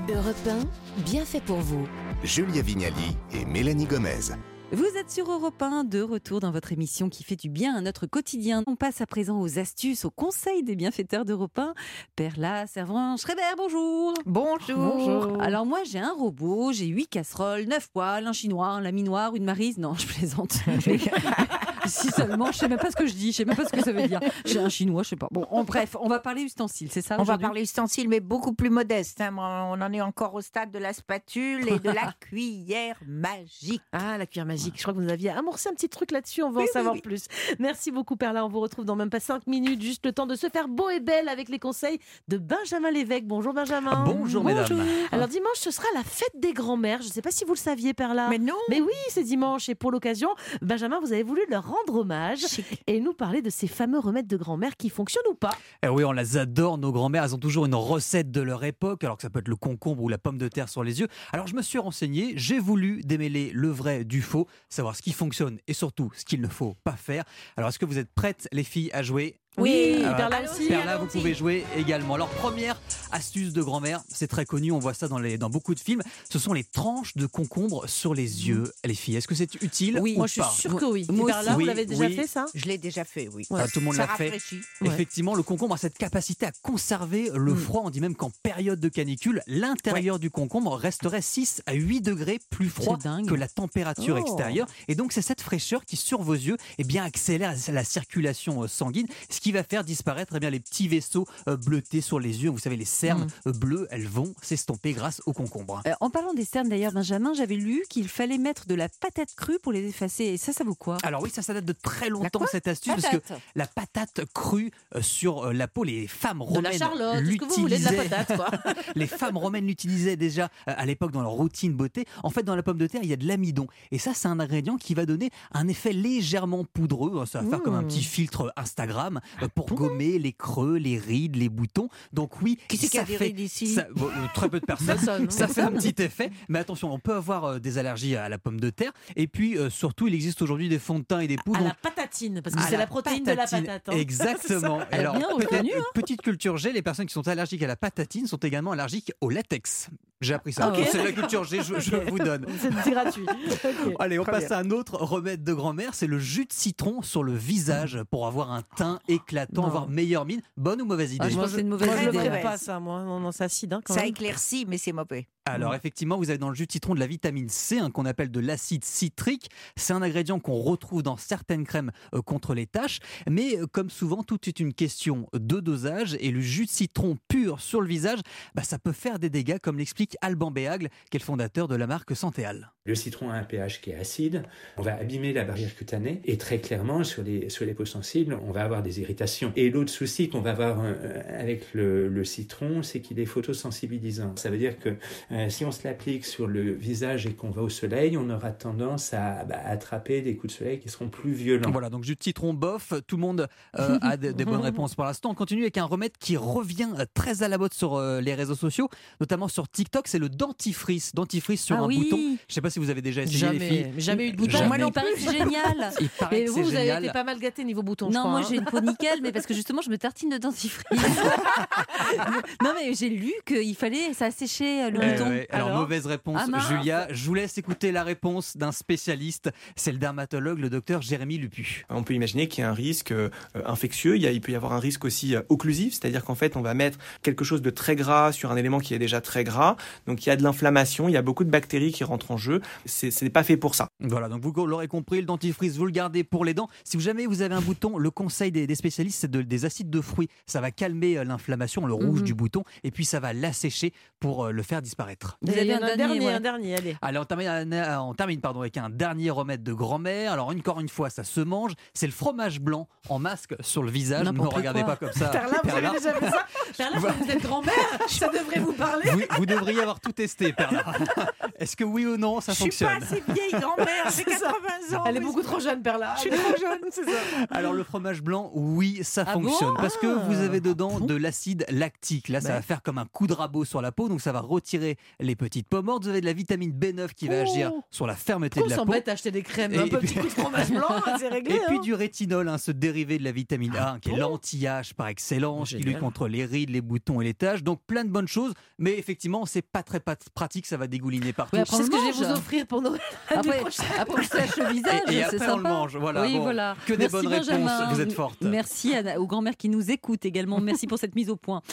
Europe 1, bien fait pour vous. Julia Vignali et Mélanie Gomez. Vous êtes sur Europe 1, de retour dans votre émission qui fait du bien à notre quotidien. On passe à présent aux astuces, aux conseils des bienfaiteurs d'Europe 1. Perla, Servan, Schreiber, bonjour. Bonjour. Alors moi, j'ai un robot, j'ai 8 casseroles, 9 poêles, un chinois, un laminoir, une maryse. Non, je plaisante. Si seulement, je sais même pas ce que je dis, je sais même pas ce que ça veut dire. J'ai un chinois, je sais pas. Bon, bref, on va parler ustensiles, c'est ça On va aujourd'hui ? parler ustensiles, mais beaucoup plus modeste. On en est encore au stade de la spatule et de la cuillère magique. Ah, la cuillère magique. Je crois que vous aviez amorcé un petit truc là-dessus. On va en savoir plus. Merci beaucoup, Perla. On vous retrouve dans même pas 5 minutes. Juste le temps de se faire beau et belle avec les conseils de Benjamin Lévesque. Bonjour, Benjamin. Bonjour, mesdames. Alors, dimanche, ce sera la fête des grands-mères. Je ne sais pas si vous le saviez, Perla. Mais non. Mais oui, c'est dimanche. Et pour l'occasion, Benjamin, vous avez voulu leur rendre hommage et nous parler de ces fameux remèdes de grand-mère qui fonctionnent ou pas. Eh oui, on les adore, nos grands-mères. Elles ont toujours une recette de leur époque, alors que ça peut être le concombre ou la pomme de terre sur les yeux. Alors, je me suis renseigné. J'ai voulu démêler le vrai du faux, savoir ce qui fonctionne et surtout ce qu'il ne faut pas faire. Alors, est-ce que vous êtes prêtes, les filles, à jouer ? Oui, Perla aussi. Perla, vous pouvez jouer également. Alors, première astuce de grand-mère, c'est très connu, on voit ça dans beaucoup de films, ce sont les tranches de concombre sur les yeux, les filles. Est-ce que c'est utile Oui, ou moi je suis pas ? sûre que oui. Moi Perla, aussi. vous l'avez déjà Oui. fait ça ? Je l'ai déjà fait, oui. Ah, tout le monde Ça l'a fait. rafraîchit. Effectivement, le concombre a cette capacité à conserver le froid. On dit même qu'en période de canicule, l'intérieur du concombre resterait 6 à 8 degrés plus froid C'est dingue. que la température Oh. extérieure. Et donc, c'est cette fraîcheur qui, sur vos yeux, accélère la circulation sanguine, ce qui va faire disparaître les petits vaisseaux bleutés sur les yeux. Vous savez, les cernes bleues, elles vont s'estomper grâce au concombre. En parlant des cernes d'ailleurs, Benjamin, j'avais lu qu'il fallait mettre de la patate crue pour les effacer. Et ça vaut quoi ? Alors oui, ça date de très longtemps, quoi ? cette astuce, parce que la patate crue sur la peau, les femmes De romaines la Charlotte, est-ce que vous voulez de la l'utilisaient. patate, quoi. Les femmes romaines l'utilisaient déjà à l'époque dans leur routine beauté. En fait, dans la pomme de terre, il y a de l'amidon. Et ça, c'est un ingrédient qui va donner un effet légèrement poudreux. Ça va faire comme un petit filtre Instagram pour gommer les creux, les rides, les boutons. Donc oui, Qui c'est qui a ça des fait rides ici ça- très peu de personnes. Personne. Ça fait un petit effet. Mais attention, on peut avoir des allergies à la pomme de terre. Et puis surtout, il existe aujourd'hui des fonds de teint et des poudres. À la patatine, parce que À c'est la patatine. protéine de la patate. hein. Exactement. Elle est Alors, bien peut-être reconnue, une petite culture G, les personnes qui sont allergiques à la patatine sont également allergiques au latex. J'ai appris ça. Ah ok. C'est la culture G, je vous donne. C'est gratuit. Ok. Allez, on Très passe bien. à un autre remède de grand-mère, c'est le jus de citron sur le visage pour avoir un teint éclatant, Non. avoir meilleure mine. Bonne ou mauvaise idée Je pense que c'est une mauvaise Moi, je le idée. ferai mauvaise. pas, ça, moi. Non, c'est acide, hein, quand Ça même. éclaircit, mais c'est mauvais. Alors effectivement, vous avez dans le jus de citron de la vitamine C, qu'on appelle de l'acide citrique. C'est un ingrédient qu'on retrouve dans certaines crèmes contre les taches. Mais comme souvent, tout est une question de dosage. Et le jus de citron pur sur le visage, ça peut faire des dégâts, comme l'explique Alban Béagle, qui est le fondateur de la marque Santéal. Le citron a un pH qui est acide, on va abîmer la barrière cutanée et très clairement sur les peaux sensibles, on va avoir des irritations. Et l'autre souci qu'on va avoir avec le citron, c'est qu'il est photosensibilisant. Ça veut dire que si on se l'applique sur le visage et qu'on va au soleil, on aura tendance à attraper des coups de soleil qui seront plus violents. Voilà, donc jus de citron bof, tout le monde a des bonnes réponses pour l'instant. On continue avec un remède qui revient très à la mode sur les réseaux sociaux, notamment sur TikTok, c'est le dentifrice. Dentifrice sur un bouton. Je ne sais pas si vous avez déjà essayé, les filles. Jamais eu de bouton. Jamais. Moi non Il paraît que plus. c'est génial. Il paraît Et que vous c'est avez génial. été pas mal gâté niveau bouton, je Non, crois. moi hein. j'ai une peau nickel, mais parce que justement je me tartine de dentifrice. Non mais j'ai lu qu'il fallait ça assécher le bouton. Ouais. Alors, mauvaise réponse, Ah, mince. Julia. Je vous laisse écouter la réponse d'un spécialiste. C'est le dermatologue, le docteur Jérémy Lupu. On peut imaginer qu'il y a un risque infectieux, il peut y avoir un risque aussi occlusif, c'est-à-dire qu'en fait on va mettre quelque chose de très gras sur un élément qui est déjà très gras, donc il y a de l'inflammation, il y a beaucoup de bactéries qui rentrent en jeu, c'est pas fait pour ça. Voilà, donc vous l'aurez compris, le dentifrice, vous le gardez pour les dents. Si jamais vous avez un bouton, le conseil des spécialistes, c'est des acides de fruits. Ça va calmer l'inflammation, le rouge du bouton, et puis ça va l'assécher pour le faire disparaître. Vous avez un dernier, un dernier, allez. Allez, on termine avec un dernier remède de grand-mère. Alors, encore une fois, ça se mange. C'est le fromage blanc en masque sur le visage. Ne me N'importe regardez quoi. pas comme ça. Perla, vous Perla. avez déjà fait ça Perla, vous êtes grand-mère, ça devrait vous parler. Vous devriez avoir tout testé, Perla. Est-ce que oui ou non, ça Je suis fonctionne? pas assez vieille grand-mère, j'ai C'est ça. 80 ans. Elle est beaucoup trop jeune, Perla. Je suis trop jeune. C'est ça. Alors le fromage blanc, oui, ça Ah fonctionne bon parce que vous avez dedans de l'acide lactique. Là, ça va faire comme un coup de rabot sur la peau, donc ça va retirer les petites peaux mortes. Vous avez de la vitamine B9 qui va agir sur la fermeté On de la peau. s'embête à acheter des crèmes, un petit coup de fromage blanc, c'est réglé. Et puis hein. du rétinol, ce dérivé de la vitamine A, qui est l'anti-âge par excellence, qui lutte contre les rides, les boutons et les taches. Donc plein de bonnes choses, mais effectivement, c'est pas très pratique, ça va dégouiner partout. Oui, Je sais ce que je vais vous mange. offrir pour Noël. Après, on se lèche le visage, Et c'est après, sympa. on le mange. Voilà, Oui, bon, voilà. que des Merci, bonnes Benjamin. réponses, vous êtes fortes. Merci aux grand-mères qui nous écoutent également. Merci pour cette mise au point.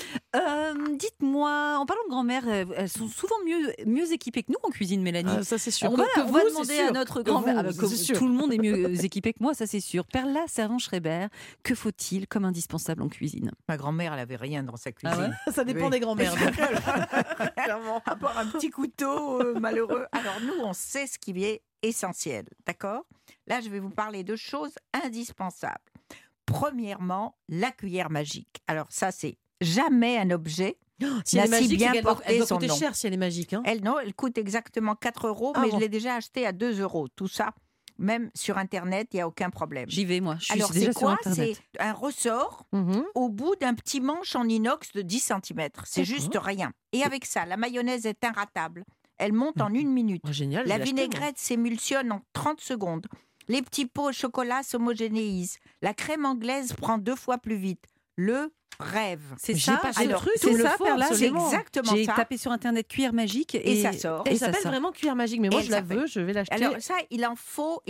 Dites-moi, en parlant de grand-mère, elles sont souvent mieux équipées que nous en cuisine, Mélanie. Ah, ça c'est sûr. On va demander à notre grand-mère. que Tout le monde est mieux équipé que moi, ça c'est sûr. Perla Servan-Schreiber, que faut-il comme indispensable en cuisine? Ma grand-mère, elle avait rien dans sa cuisine. Ça dépend Oui. des grand-mères. donc. Clairement, à part un petit couteau malheureux. Alors nous, on sait ce qui est essentiel, d'accord? Là, je vais vous parler de choses indispensables. Premièrement, la cuillère magique. Alors ça, c'est jamais un objet Si elle est n'a si magique, bien elle doit porté son coûter nom. cher si elle est magique. Hein. Elle, non, elle coûte exactement 4 €, Ah mais bon. je l'ai déjà acheté à 2 €. Tout ça, même sur Internet, il n'y a aucun problème. J'y vais, moi. Je suis Alors, déjà c'est sur quoi? Internet. C'est un ressort Mhm. au bout d'un petit manche en inox de 10 cm. C'est D'accord. juste rien. Et avec ça, la mayonnaise est inratable. Elle monte en 1 minute. Oh, génial. La je vais l'acheter, moi. vinaigrette s'émulsionne en 30 secondes. Les petits pots au chocolat s'homogénéisent. La crème anglaise prend 2 fois plus vite. Le rêve. C'est J'ai ça, pas ce alors, truc, c'est il me ça, faut Perla, C'est absolument. exactement J'ai ça. tapé sur Internet cuillère magique Et ça sort. Elle ça s'appelle sort. vraiment cuillère magique, mais moi Elle je la s'appelle. veux, je vais l'acheter. Alors ça, il en faut.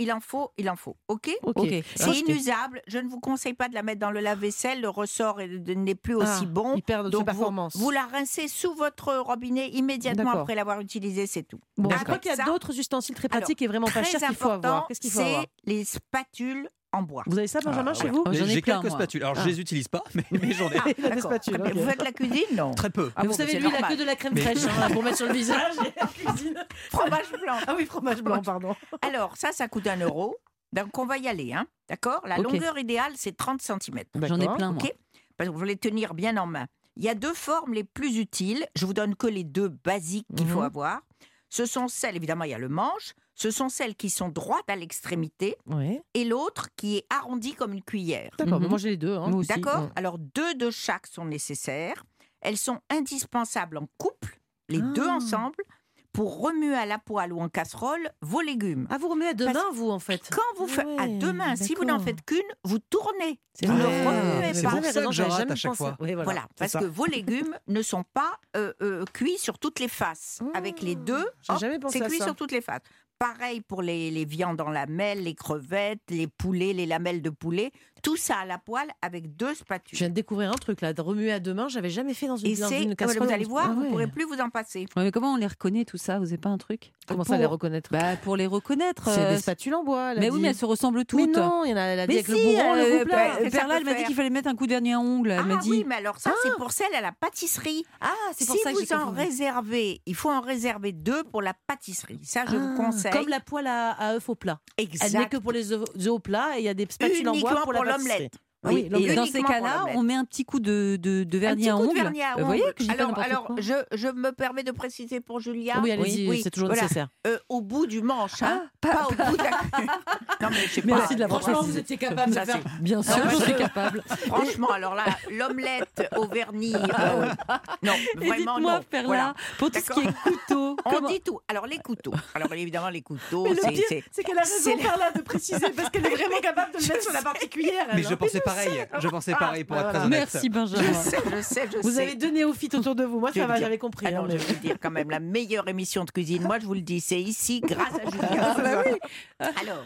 Ok. Ok. C'est Acheter. inusable. Je ne vous conseille pas de la mettre dans le lave-vaisselle. Le ressort n'est plus aussi bon. Il perd de ses Donc performances. vous la rincez sous votre robinet immédiatement D'accord. après l'avoir utilisé, c'est tout. Bon, je Avec crois qu'il y a ça, d'autres ustensiles très alors, pratiques et vraiment pas très chers qu'il faut avoir. important, Qu'est-ce qu'il faut avoir c'est les spatules en bois. Vous avez ça, Benjamin, chez ouais. vous Oh, j'en ai J'ai plein, quelques moi. spatules. Alors, Ah. je les utilise pas, mais j'en ai. Il a des D'accord. spatules, Très bien. ok. Vous faites la cuisine? Non. Très peu. Ah Vous bon, savez, c'est lui, il a normal. que de la crème Mais- fraîche hein, pour mettre sur le visage et la cuisine. Fromage blanc. Ah oui, fromage blanc, pardon. Alors, ça coûte 1 €. Donc, on va y aller, hein. D'accord? La Ok. longueur idéale, c'est 30 cm. J'en ai plein, moi. Ok? Parce que vous voulez tenir bien en main. Il y a 2 formes les plus utiles. Je vous donne que les 2 basiques qu'il faut avoir. Ce sont celles, évidemment, il y a le manche. Ce sont celles qui sont droites à l'extrémité Oui. et l'autre qui est arrondie comme une cuillère. D'accord, Mhm. mais moi j'ai les deux. Hein. Moi aussi. D'accord? Mm. Alors, 2 de chaque sont nécessaires. Elles sont indispensables en couple, les Ah. 2 ensemble, pour remuer à la poêle ou en casserole vos légumes. Ah, vous remuez à deux Parce- mains, vous, en fait. Quand vous faites à Ouais, 2 mains, si vous n'en d'accord. faites qu'une, vous tournez. C'est Vous ne vrai. remuez C'est pas. pour Vous avez ça raison, que je j'avais rate jamais à chaque pensé. fois. Oui, Voilà, parce ça. que vos légumes ne sont pas cuits sur toutes les faces. Avec les 2, J'ai jamais pensé c'est à cuit ça. sur toutes les faces. Pareil pour les viandes en lamelles, les crevettes, les poulets, les lamelles de poulet. Tout ça à la poêle avec 2 spatules. Je viens de découvrir un truc là, de remuer à deux mains, j'avais jamais fait dans une, Et dans c'est, une casserole. vous allez voir, Ah vous ne ouais. pourrez plus vous en passer. Ouais, mais comment on les reconnaît tout ça? Vous n'avez pas un truc? Comment ça les reconnaître Pour les reconnaître. C'est des spatules en bois. elle a Mais oui, dit. mais elles se ressemblent Mais toutes. non, il y en a, elle a dit Mais avec le si, bourron, le roux plat. Qu'est-ce que ça Perla, elle peut m'a dit faire qu'il fallait mettre un coup de vernis à ongles. Elle Ah m'a dit. oui, mais alors ça, c'est pour celle à la pâtisserie. Ah, c'est pour Si ça que j'ai vous en confondu. réservez, il faut en réserver 2 pour la pâtisserie. Ça, je vous Ah, conseille. Comme la poêle à œufs au plat. Elle n'est Exact. que pour les œufs au plat et il y a des spatules en bois Uniquement pour la pour pâtisserie. l'omelette. Ah oui, Et l'omelette. dans ces Uniquement pour cas-là, l'omelette. on met un petit coup de Un vernis petit à coup de ongles. vernis à Vous voyez ongles. que je dis pas n'importe alors quoi. je me permets de préciser pour Julia. Oui, allez-y, c'est toujours voilà. nécessaire. Au bout du manche, hein, Ah, pas au bout de la... Non, mais je sais pas. Merci de l'avoir Franchement, précisé. vous étiez capable de Ça, faire. c'est- Bien sûr, je suis capable. Franchement, alors là, l'omelette au vernis, non, Et vraiment dites-moi, non. Perla, Voilà. pour tout ce qui est couteau, On comment- dit tout. Alors les couteaux. Alors évidemment les couteaux, Mais le c'est... pire, c'est qu'elle a raison, c'est- Perla, de préciser, parce qu'elle est vraiment capable de le mettre sur la particulière. Mais je pensais pareil. Je pensais pareil pour être très honnête. Merci Benjamin. Je sais. Vous avez deux néophytes autour de vous. Moi, Je ça veux va, dire- j'avais compris. Ah non, hein, je mais- vais vous dire quand même la meilleure émission de cuisine. Moi, je vous le dis, c'est ici grâce à Julien. Ah, bah oui. Alors,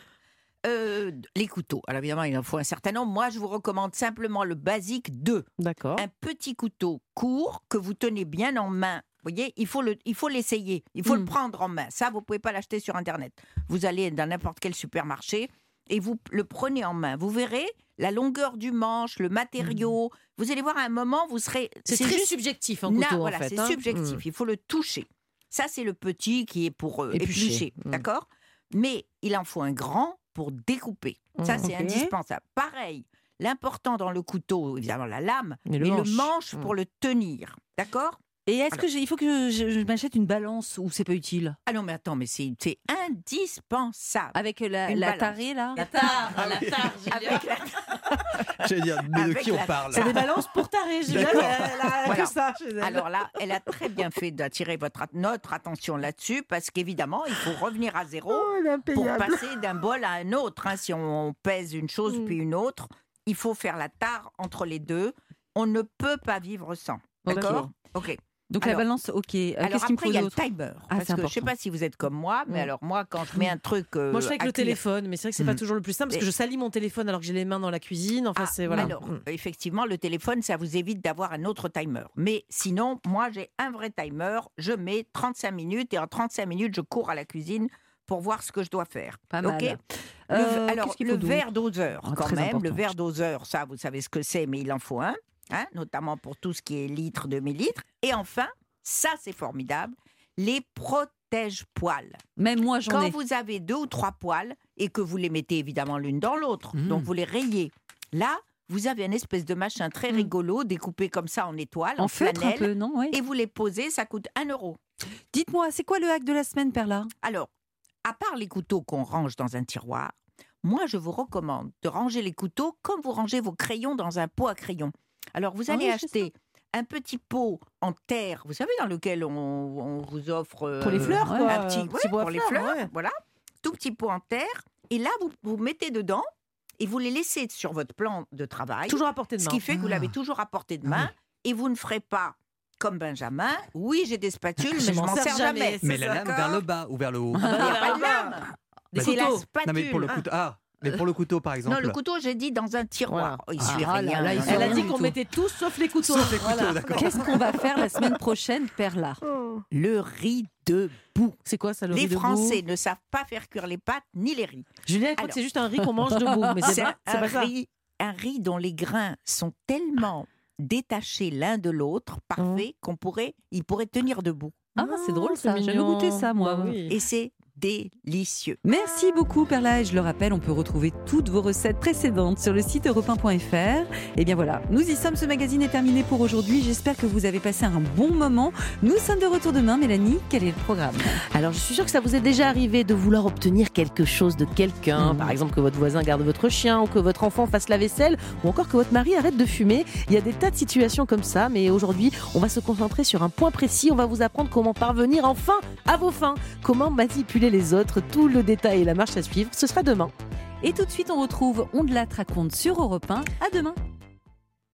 les couteaux. Alors évidemment, il en faut un certain nombre. Moi, je vous recommande simplement le basique 2. D'accord. Un petit couteau court que vous tenez bien en main. Vous voyez, il faut l'essayer. Il faut le prendre en main. Ça, vous pouvez pas l'acheter sur Internet. Vous allez dans n'importe quel supermarché et vous le prenez en main. Vous verrez la longueur du manche, le matériau. Vous allez voir à un moment, vous serez... C'est très juste subjectif, un couteau, voilà, en fait. c'est hein. subjectif. Il faut le toucher. Ça, c'est le petit qui est pour Éplucher. éplucher. D'accord? Mais il en faut un grand pour découper. Ça, c'est Ok. indispensable. Pareil, l'important dans le couteau, évidemment, la lame, Mais mais le le manche. manche pour le tenir. D'accord? Et est-ce que il faut que je m'achète une balance ou c'est pas utile? Ah non, mais attends, mais c'est indispensable. Avec Une la balance. tarée, là? La tare, la tare, Avec Julien. J'allais dire, mais de Avec qui on la- parle C'est des balances pour tarer, Julien. D'accord. Elle a Voilà. que ça chez elle. Alors là, elle a très bien fait d'attirer notre attention là-dessus, parce qu'évidemment, il faut revenir à zéro pour passer d'un bol à un autre. Hein. Si on pèse une chose puis une autre, il faut faire la tare entre les deux. On ne peut pas vivre sans. D'accord? Ok. Donc Alors- la balance, ok. Alors Qu'est-ce qu'il me après, faut il y a le d'autre? timer. Ah, Parce c'est que je ne sais important. pas si vous êtes comme moi, mais alors moi, quand je mets un truc. Moi, je fais avec le à cuire- téléphone, mais c'est vrai que c'est pas toujours le plus simple parce que je salis mon téléphone alors que j'ai les mains dans la cuisine. Enfin, Ah, c'est voilà. Alors, effectivement, le téléphone, ça vous évite d'avoir un autre timer. Mais sinon, moi, j'ai un vrai timer. Je mets 35 minutes et en 35 minutes, je cours à la cuisine pour voir ce que je dois faire. Pas mal. Ok. Alors, qu'est-ce qu'il le faut d'autre? verre doseur, Ah, quand très même. important. Le verre doseur, ça, vous savez ce que c'est, mais il en faut un. Hein, notamment pour tout ce qui est litres, demi-litres. Et enfin, ça, c'est formidable, les protège-poils. Même moi, j'en Quand ai. vous avez 2 ou 3 poils et que vous les mettez évidemment l'une dans l'autre, Mmh. donc vous les rayez, là, vous avez une espèce de machin très rigolo découpé comme ça en étoiles, en, En feutre un flanelle, peu, non? Oui. et vous les posez, ça coûte 1 euro. Dites-moi, c'est quoi le hack de la semaine, Perla? Alors, à part les couteaux qu'on range dans un tiroir, moi je vous recommande de ranger les couteaux comme vous rangez vos crayons dans un pot à crayons. Alors vous allez oui, je sais acheter un petit pot en terre, vous savez, dans lequel on vous offre Pour les fleurs, quoi. un petit, Petit pot à pour les fleurs, fleurs, ouais. voilà, tout petit pot en terre. Et là, vous mettez dedans et vous les laissez sur votre plan de travail. Toujours à portée de Ce main. qui fait que vous l'avez toujours à portée de main et vous ne ferez pas comme Benjamin. Oui, j'ai des spatules, mais je m'en sers jamais. Mais la lame D'accord. vers le bas ou vers le haut? Il n'y a pas de lame. Des C'est la couteaux. spatule. Non, mais pour le couteau. Ah, mais pour le couteau, par exemple. Non, le couteau, j'ai dit dans un tiroir. Voilà. Il suit Ah là rien. là, il hein. fait Elle a rien dit du qu'on tout. mettait tout sauf les couteaux. Sauf les couteaux, Voilà. d'accord. Qu'est-ce qu'on va faire la semaine prochaine, Perla? Le riz de boue. C'est quoi ça, le Les riz debout Français ne savent pas faire cuire les pâtes ni les riz. Julien, elle croit Alors. que c'est juste un riz qu'on mange debout. Mais c'est pas ça. un riz dont les grains sont tellement détachés l'un de l'autre, parfait, il pourrait tenir debout. Ah, c'est drôle ça. c'est J'ai jamais mignon. goûté ça, moi. Bah oui. Et c'est délicieux. Merci beaucoup Perla et je le rappelle, on peut retrouver toutes vos recettes précédentes sur le site europe1.fr. Et bien voilà, nous y sommes, ce magazine est terminé pour aujourd'hui. J'espère que vous avez passé un bon moment. Nous sommes de retour demain. Mélanie, quel est le programme? Alors, je suis sûre que ça vous est déjà arrivé de vouloir obtenir quelque chose de quelqu'un. Par exemple, que votre voisin garde votre chien ou que votre enfant fasse la vaisselle ou encore que votre mari arrête de fumer. Il y a des tas de situations comme ça, mais aujourd'hui, on va se concentrer sur un point précis. On va vous apprendre comment parvenir enfin à vos fins. Comment manipuler les autres. Tout le détail et la marche à suivre, ce sera demain. Et tout de suite, on retrouve On de la raconte sur Europe 1. À demain.